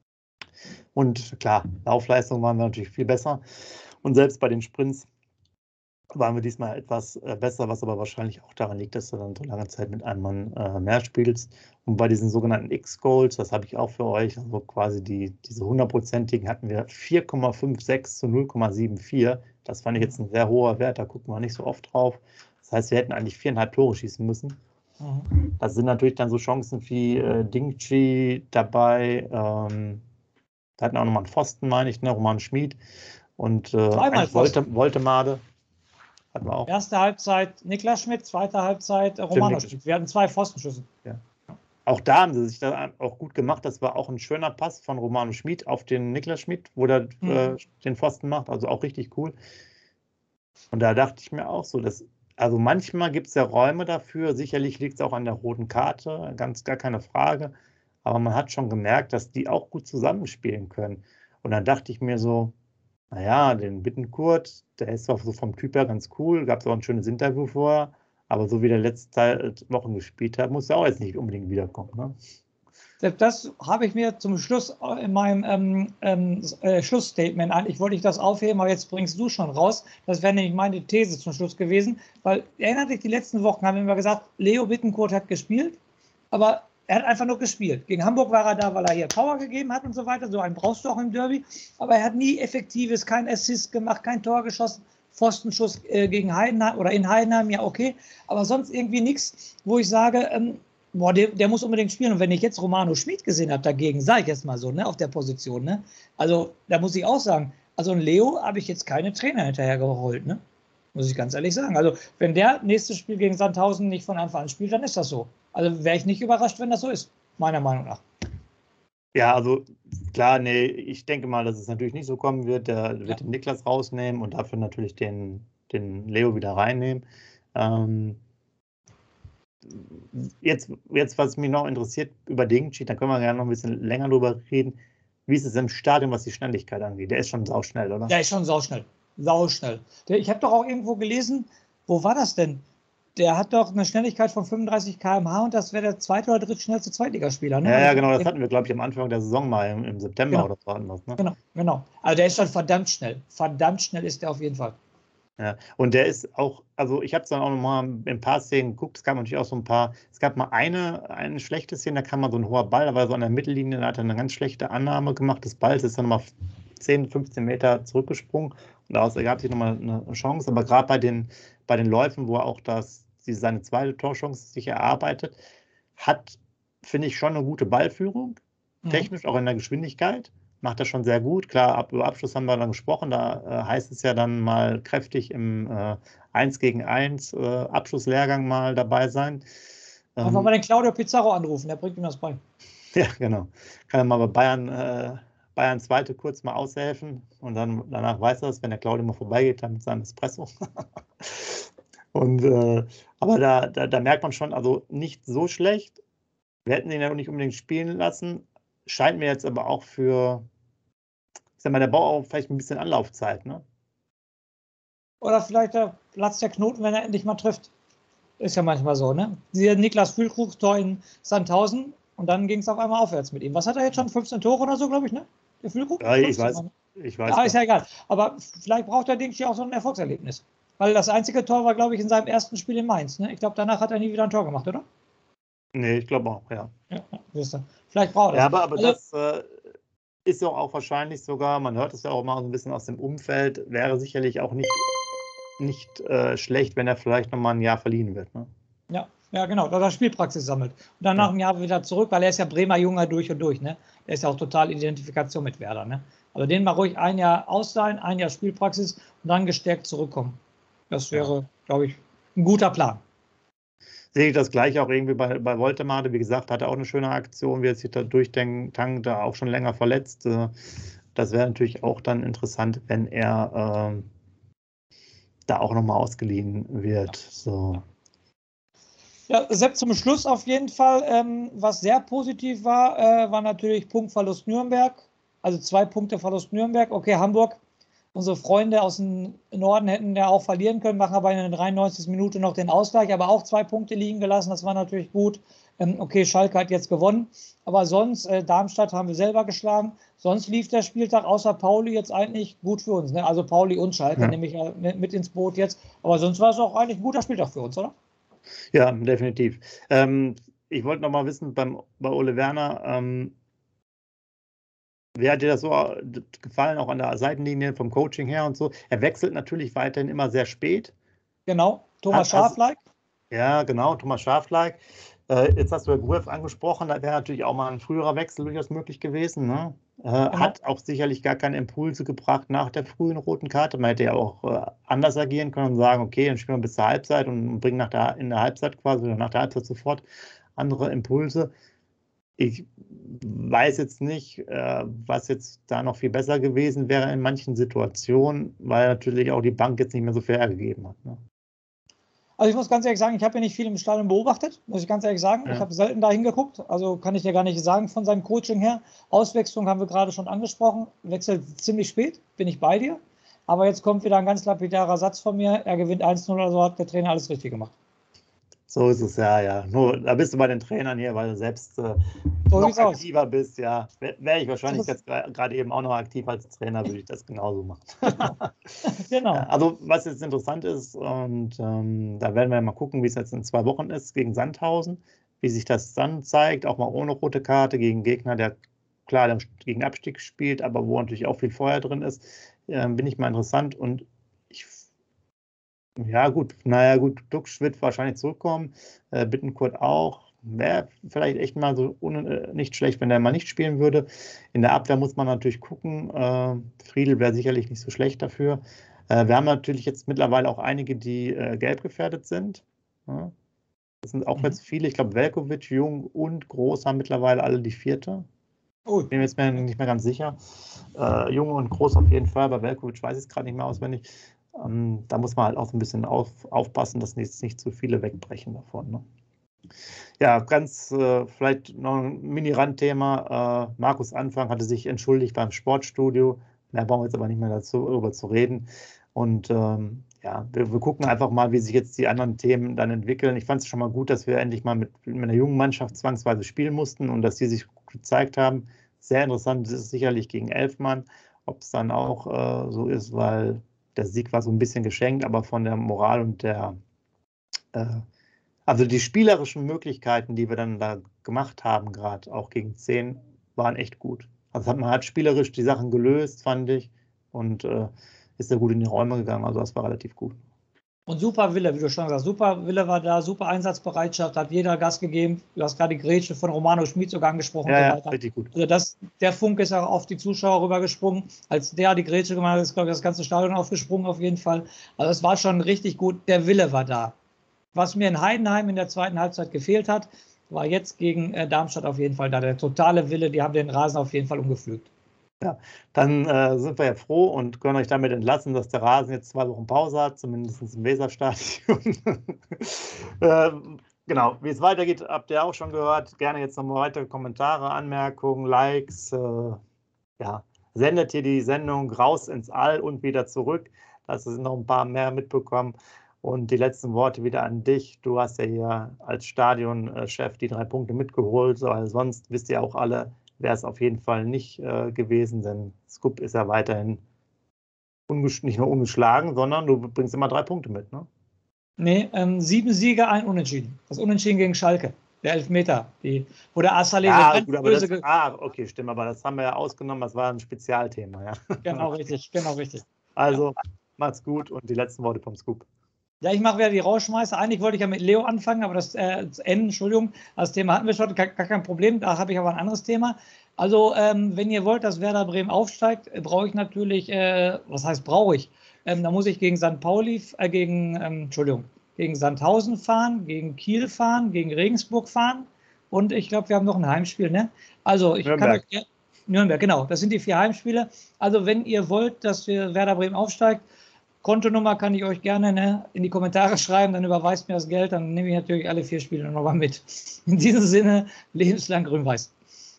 Und klar, Laufleistung waren wir natürlich viel besser. Und selbst bei den Sprints waren wir diesmal etwas besser, was aber wahrscheinlich auch daran liegt, dass du dann so lange Zeit mit einem Mann mehr spielst. Und bei diesen sogenannten X-Goals, das habe ich auch für euch, also quasi diese 100%igen hatten wir 4,56 zu 0,74. Das fand ich jetzt ein sehr hoher Wert, da gucken wir nicht so oft drauf. Das heißt, wir hätten eigentlich 4,5 Tore schießen müssen. Das sind natürlich dann so Chancen wie Dingchi dabei. Da hatten auch nochmal einen Pfosten, meine ich, ne? Roman Schmid. Und Woltemade. Hatten wir auch. Erste Halbzeit Niklas Schmid, zweite Halbzeit Romano Schmid. Wir hatten 2 Pfostenschüsse. Ja. Auch da haben sie sich da auch gut gemacht. Das war auch ein schöner Pass von Romano Schmid auf den Niklas Schmid, wo der den Pfosten macht. Also auch richtig cool. Und da dachte ich mir auch so, also manchmal gibt es ja Räume dafür. Sicherlich liegt es auch an der roten Karte, gar keine Frage. Aber man hat schon gemerkt, dass die auch gut zusammenspielen können. Und dann dachte ich mir so, naja, den Bittencourt, der ist zwar so vom Typ her ganz cool, gab es auch ein schönes Interview vorher, aber so wie der letzte Wochen gespielt hat, muss er auch jetzt nicht unbedingt wiederkommen. Ne? Das habe ich mir zum Schluss in meinem Schlussstatement eigentlich wollte ich das aufheben, aber jetzt bringst du schon raus. Das wäre nämlich meine These zum Schluss gewesen, weil erinnert dich, die letzten Wochen haben wir immer gesagt, Leo Bittencourt hat gespielt, aber er hat einfach nur gespielt. Gegen Hamburg war er da, weil er hier Power gegeben hat und so weiter. So einen brauchst du auch im Derby. Aber er hat nie Effektives, kein Assist gemacht, kein Tor geschossen. Pfostenschuss gegen Heidenheim oder in Heidenheim, ja okay. Aber sonst irgendwie nichts, wo ich sage, der muss unbedingt spielen. Und wenn ich jetzt Romano Schmid gesehen habe dagegen, sage ich jetzt mal so, ne, auf der Position, ne? Also da muss ich auch sagen, also ein Leo habe ich jetzt keine Trainer hinterher geholt, ne? Muss ich ganz ehrlich sagen. Also wenn der nächste Spiel gegen Sandhausen nicht von Anfang an spielt, dann ist das so. Also wäre ich nicht überrascht, wenn das so ist, meiner Meinung nach. Ja, also klar, nee, ich denke mal, dass es natürlich nicht so kommen wird. Der wird den Niklas rausnehmen und dafür natürlich den Leo wieder reinnehmen. Jetzt, was mich noch interessiert über Dingchi, da können wir gerne noch ein bisschen länger drüber reden. Wie ist es im Stadion, was die Schnelligkeit angeht? Der ist schon sauschnell, oder? Der ist schon sauschnell. Ich habe doch auch irgendwo gelesen, wo war das denn? Der hat doch eine Schnelligkeit von 35 km/h und das wäre der zweite oder drittschnellste Zweitligaspieler. Ne? Ja, genau, das hatten wir, glaube ich, am Anfang der Saison mal im September oder so. Ne? Genau. Also der ist schon verdammt schnell. Verdammt schnell ist der auf jeden Fall. Ja, und der ist auch, also ich habe es dann auch noch mal in ein paar Szenen geguckt, es gab natürlich auch so ein paar, es gab mal eine schlechte Szene, da kam mal so ein hoher Ball, da war so an der Mittellinie, da hat er eine ganz schlechte Annahme gemacht des Balls, ist dann nochmal 10, 15 Meter zurückgesprungen und daraus ergab sich nochmal eine Chance, aber gerade bei den Läufen, wo er auch seine zweite Torchance sich erarbeitet, hat, finde ich, schon eine gute Ballführung, technisch auch in der Geschwindigkeit. Macht das schon sehr gut. Klar, über Abschluss haben wir dann gesprochen. Da heißt es ja dann mal kräftig im 1 gegen 1 Abschlusslehrgang mal dabei sein. Einfach mal den Claudio Pizarro anrufen, der bringt ihm das bei. Ja, genau. Kann er mal bei Bayern Zweite kurz mal aushelfen und dann danach weiß er es, wenn der Claudio mal vorbeigeht, dann mit seinem Espresso. Und aber da merkt man schon, also nicht so schlecht. Wir hätten ihn ja nicht unbedingt spielen lassen. Scheint mir jetzt aber auch für, ich sag mal, der braucht auch vielleicht ein bisschen Anlaufzeit, ne? Oder vielleicht platzt der Knoten, wenn er endlich mal trifft. Ist ja manchmal so, ne? Siehe Niklas Füllkrug, Tor in Sandhausen und dann ging es auf einmal aufwärts mit ihm. Was hat er jetzt schon? 15 Tore oder so, glaube ich, ne? Der Füllkrug? Ja, ich 15, weiß. Ja, ist ja egal. Aber vielleicht braucht der Ding hier auch so ein Erfolgserlebnis. Weil das einzige Tor war, glaube ich, in seinem ersten Spiel in Mainz. Ne? Ich glaube, danach hat er nie wieder ein Tor gemacht, oder? Nee, ich glaube auch, ja. Ja, siehst du. Vielleicht braucht er Ja, das. aber das ist ja auch wahrscheinlich sogar, man hört es ja auch mal so ein bisschen aus dem Umfeld, wäre sicherlich auch nicht schlecht, wenn er vielleicht nochmal ein Jahr verliehen wird. Ne? Ja, genau, dass er Spielpraxis sammelt. Und dann nach einem Jahr wieder zurück, weil er ist ja Bremer Junger durch und durch. Ne? Der ist ja auch total Identifikation mit Werder. Ne? Also den mal ruhig ein Jahr ausleihen, ein Jahr Spielpraxis und dann gestärkt zurückkommen. Das wäre, glaube ich, ein guter Plan. Sehe ich das gleiche auch irgendwie bei Woltemade. Wie gesagt, hat er auch eine schöne Aktion, wie er sich da durchtankt, da auch schon länger verletzt. Das wäre natürlich auch dann interessant, wenn er da auch nochmal ausgeliehen wird. So. Ja, Sepp, zum Schluss auf jeden Fall, was sehr positiv war, war natürlich Punktverlust Nürnberg. Also 2 Punkte Verlust Nürnberg. Okay, Hamburg, unsere Freunde aus dem Norden hätten ja auch verlieren können, machen aber in der 93. Minute noch den Ausgleich, aber auch 2 Punkte liegen gelassen. Das war natürlich gut. Okay, Schalke hat jetzt gewonnen. Aber sonst, Darmstadt haben wir selber geschlagen. Sonst lief der Spieltag außer Pauli jetzt eigentlich gut für uns. Ne? Also Pauli und Schalke nehme ich ja mit ins Boot jetzt. Aber sonst war es auch eigentlich ein guter Spieltag für uns, oder? Ja, definitiv. Ich wollte noch mal wissen, bei Ole Werner, wie hat dir das so gefallen, auch an der Seitenlinie vom Coaching her und so? Er wechselt natürlich weiterhin immer sehr spät. Genau, Thomas Schafleik. Ja, genau, Thomas Schafleik. Jetzt hast du ja Gruev angesprochen, da wäre natürlich auch mal ein früherer Wechsel durchaus möglich gewesen. Ne? Genau. Hat auch sicherlich gar keine Impulse gebracht nach der frühen roten Karte. Man hätte ja auch anders agieren können und sagen, okay, dann spielen wir bis zur Halbzeit und bringen in der Halbzeit quasi oder nach der Halbzeit sofort andere Impulse. Ich weiß jetzt nicht, was jetzt da noch viel besser gewesen wäre in manchen Situationen, weil natürlich auch die Bank jetzt nicht mehr so viel hergegeben hat. Ne? Also ich muss ganz ehrlich sagen, ich habe ja nicht viel im Stadion beobachtet, muss ich ganz ehrlich sagen. Ja. Ich habe selten da hingeguckt, also kann ich dir gar nicht sagen von seinem Coaching her. Auswechslung haben wir gerade schon angesprochen, wechselt ziemlich spät, bin ich bei dir. Aber jetzt kommt wieder ein ganz lapidarer Satz von mir, er gewinnt 1-0 oder so, hat der Trainer alles richtig gemacht. So ist es, ja. Nur, da bist du bei den Trainern hier, weil du selbst noch aktiver bist, ja. Wäre ich wahrscheinlich jetzt gerade eben auch noch aktiv als Trainer, würde ich das genauso machen. Genau. Also, was jetzt interessant ist, und da werden wir mal gucken, wie es jetzt in 2 Wochen ist gegen Sandhausen, wie sich das dann zeigt, auch mal ohne rote Karte gegen Gegner, der klar gegen Abstieg spielt, aber wo natürlich auch viel Feuer drin ist, bin ich mal interessant und ja, gut. Naja, gut. Duxch wird wahrscheinlich zurückkommen. Bittencourt auch. Wäre vielleicht echt mal so nicht schlecht, wenn der mal nicht spielen würde. In der Abwehr muss man natürlich gucken. Friedl wäre sicherlich nicht so schlecht dafür. Wir haben natürlich jetzt mittlerweile auch einige, die gelb gefährdet sind. Ja. Das sind auch jetzt viele. Ich glaube, Veljković, Jung und Groß haben mittlerweile alle die 4. Bin mir jetzt nicht mehr ganz sicher. Jung und Groß auf jeden Fall. Bei Veljković weiß ich es gerade nicht mehr auswendig. Da muss man halt auch so ein bisschen aufpassen, dass jetzt nicht zu viele wegbrechen davon. Ne? Ja, ganz vielleicht noch ein Mini-Randthema. Markus Anfang hatte sich entschuldigt beim Sportstudio. Da brauchen wir jetzt aber nicht mehr darüber zu reden. Und ja, wir gucken einfach mal, wie sich jetzt die anderen Themen dann entwickeln. Ich fand es schon mal gut, dass wir endlich mal mit einer jungen Mannschaft zwangsweise spielen mussten und dass die sich gut gezeigt haben. Sehr interessant ist es sicherlich gegen 11 Mann, ob es dann auch so ist, weil der Sieg war so ein bisschen geschenkt, aber von der Moral und also die spielerischen Möglichkeiten, die wir dann da gemacht haben, gerade auch gegen 10, waren echt gut. Also man hat spielerisch die Sachen gelöst, fand ich, und ist da gut in die Räume gegangen, also das war relativ gut. Und super Wille, wie du schon sagst, super Wille war da, super Einsatzbereitschaft, hat jeder Gas gegeben. Du hast gerade die Grätsche von Romano Schmid sogar angesprochen. Ja, richtig gut. Also der Funke ist auch auf die Zuschauer rübergesprungen. Als der die Grätsche gemacht hat, ist, glaube ich, das ganze Stadion aufgesprungen auf jeden Fall. Also es war schon richtig gut, der Wille war da. Was mir in Heidenheim in der zweiten Halbzeit gefehlt hat, war jetzt gegen Darmstadt auf jeden Fall da. Der totale Wille, die haben den Rasen auf jeden Fall umgepflügt. Ja, dann sind wir ja froh und können euch damit entlassen, dass der Rasen jetzt 2 Wochen Pause hat, zumindest im Weserstadion. Genau, wie es weitergeht, habt ihr auch schon gehört. Gerne jetzt nochmal weitere Kommentare, Anmerkungen, Likes. Sendet hier die Sendung raus ins All und wieder zurück, dass es noch ein paar mehr mitbekommen. Und die letzten Worte wieder an dich. Du hast ja hier als Stadionchef die 3 Punkte mitgeholt. Weil sonst wisst ihr auch alle, wäre es auf jeden Fall nicht gewesen. Denn Scoop ist ja weiterhin nicht nur ungeschlagen, sondern du bringst immer 3 Punkte mit, ne? Nee, 7 Siege, 1 Unentschieden. Das Unentschieden gegen Schalke. Der Elfmeter, wo der Assalé okay, stimmt, aber das haben wir ja ausgenommen, das war ein Spezialthema, ja. Genau richtig. Also, macht's gut und die letzten Worte vom Scoop. Ja, ich mache wieder die Rausschmeißer. Eigentlich wollte ich ja mit Leo anfangen, aber das Thema hatten wir schon, gar kein Problem, da habe ich aber ein anderes Thema. Also, wenn ihr wollt, dass Werder Bremen aufsteigt, brauche ich natürlich, da muss ich gegen St. Pauli, gegen Sandhausen fahren, gegen Kiel fahren, gegen Regensburg fahren und ich glaube, wir haben noch ein Heimspiel, ne? Also, Nürnberg, genau, das sind die 4 Heimspiele. Also, wenn ihr wollt, dass Werder Bremen aufsteigt, Kontonummer kann ich euch gerne in die Kommentare schreiben, dann überweist mir das Geld, dann nehme ich natürlich alle 4 Spiele nochmal mit. In diesem Sinne, lebenslang grün-weiß.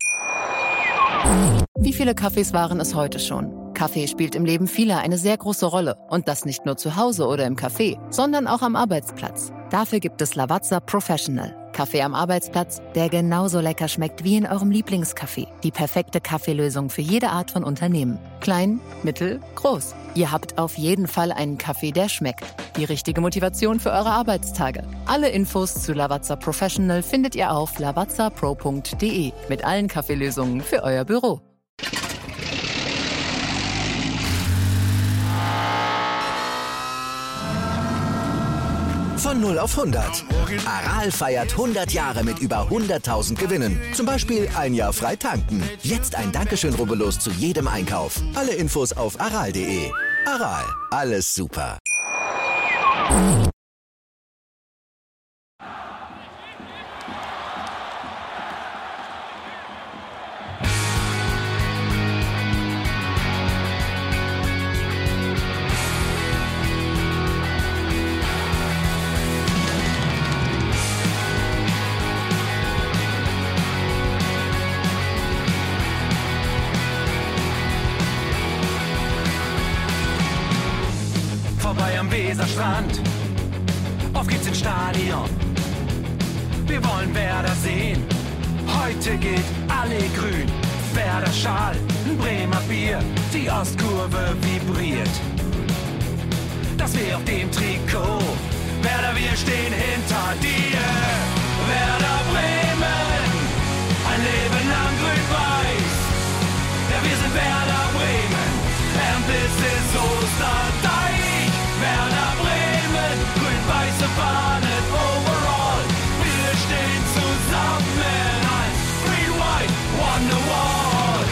Wie viele Kaffees waren es heute schon? Kaffee spielt im Leben vieler eine sehr große Rolle. Und das nicht nur zu Hause oder im Café, sondern auch am Arbeitsplatz. Dafür gibt es Lavazza Professional. Kaffee am Arbeitsplatz, der genauso lecker schmeckt wie in eurem Lieblingscafé. Die perfekte Kaffeelösung für jede Art von Unternehmen. Klein, mittel, groß. Ihr habt auf jeden Fall einen Kaffee, der schmeckt. Die richtige Motivation für eure Arbeitstage. Alle Infos zu Lavazza Professional findet ihr auf lavazzapro.de mit allen Kaffeelösungen für euer Büro. Von 0 auf 100. Aral feiert 100 Jahre mit über 100.000 Gewinnen. Zum Beispiel ein Jahr frei tanken. Jetzt ein Dankeschön, rubbellos zu jedem Einkauf. Alle Infos auf aral.de. Aral, alles super. Vorbei am Weserstrand, auf geht's ins Stadion. Wir wollen Werder sehen, heute geht alle grün. Werder Schal, ein Bremer Bier, die Ostkurve vibriert. Das weh auf dem Trikot, Werder, wir stehen hinter dir. Werder Bremen, ein Leben lang grün-weiß. Ja, wir sind Werder Bremen, and this is Osterdeich. Werder Bremen, grün-weiße Fahnen overall. Wir stehen zusammen als Green White Wonderwall.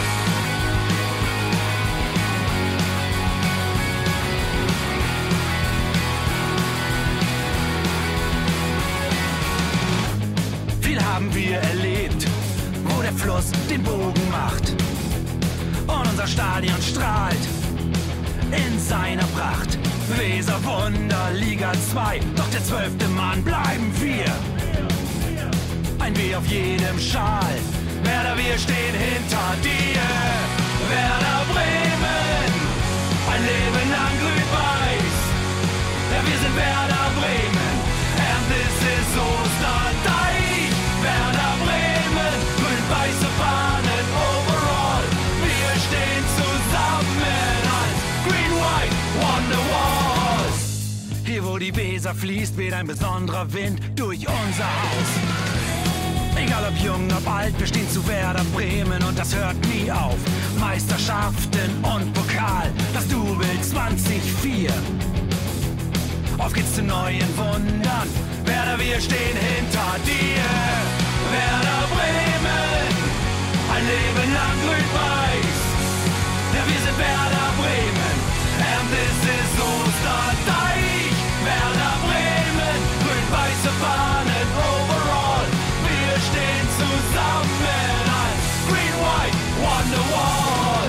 Viel haben wir erlebt, wo der Fluss den Bogen macht. Und unser Stadion strahlt in seiner Pracht. Weser Wunder, Liga 2, doch der 12. Mann bleiben wir. Ein W auf jedem Schal, Werder, wir stehen hinter dir. Werder Bremen, ein Leben lang grün-weiß. Ja, wir sind Werder Bremen, and this is Osterdeich. Werder Bremen, grün-weiße Fahnen overall. Wir stehen zusammen als Green White Wonderwall. Hier wo die Weser fließt, weht ein besonderer Wind durch unser Haus. Egal ob jung, ob alt, wir stehen zu Werder Bremen und das hört nie auf. Meisterschaften und Pokal, das Double 2004. Auf geht's zu neuen Wundern, Werder, wir stehen hinter dir. Werder Bremen, ein Leben lang grün-weiß. Ja, wir sind Werder Bremen, and this is Osterdeich. Werder Bremen, grün-weiße Fahnen overall. Wir stehen zusammen als Green White Wonderwall.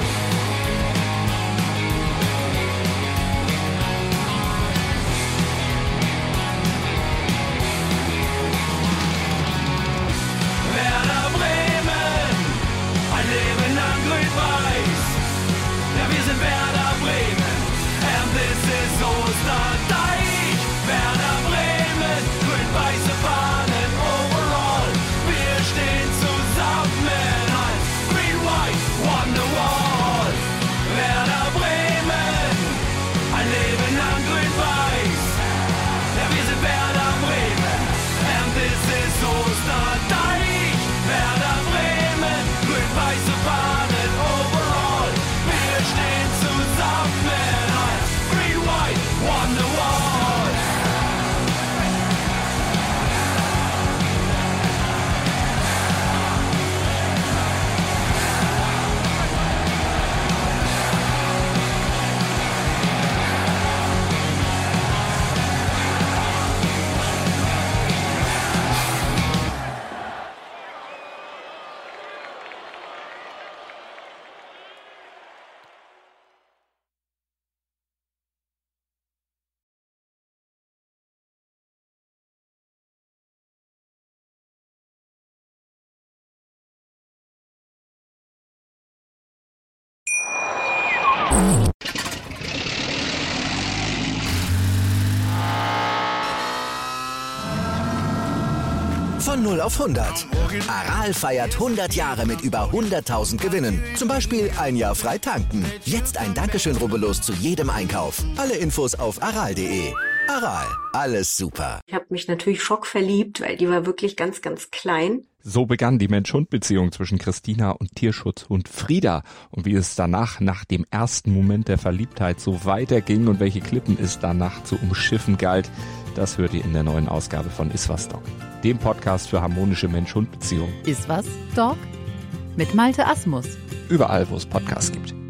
Von 0 auf 100. Aral feiert 100 Jahre mit über 100.000 Gewinnen. Zum Beispiel ein Jahr frei tanken. Jetzt ein Dankeschön, rubbellos zu jedem Einkauf. Alle Infos auf aral.de. Aral, alles super. Ich habe mich natürlich schockverliebt, weil die war wirklich ganz, ganz klein. So begann die Mensch-Hund-Beziehung zwischen Christina und Tierschutzhund Frieda. Und wie es danach, nach dem ersten Moment der Verliebtheit, so weiterging und welche Klippen es danach zu umschiffen galt, das hört ihr in der neuen Ausgabe von Iswas Dog, dem Podcast für harmonische Mensch-Hund-Beziehungen. Iswas Dog? Mit Malte Asmus. Überall, wo es Podcasts gibt.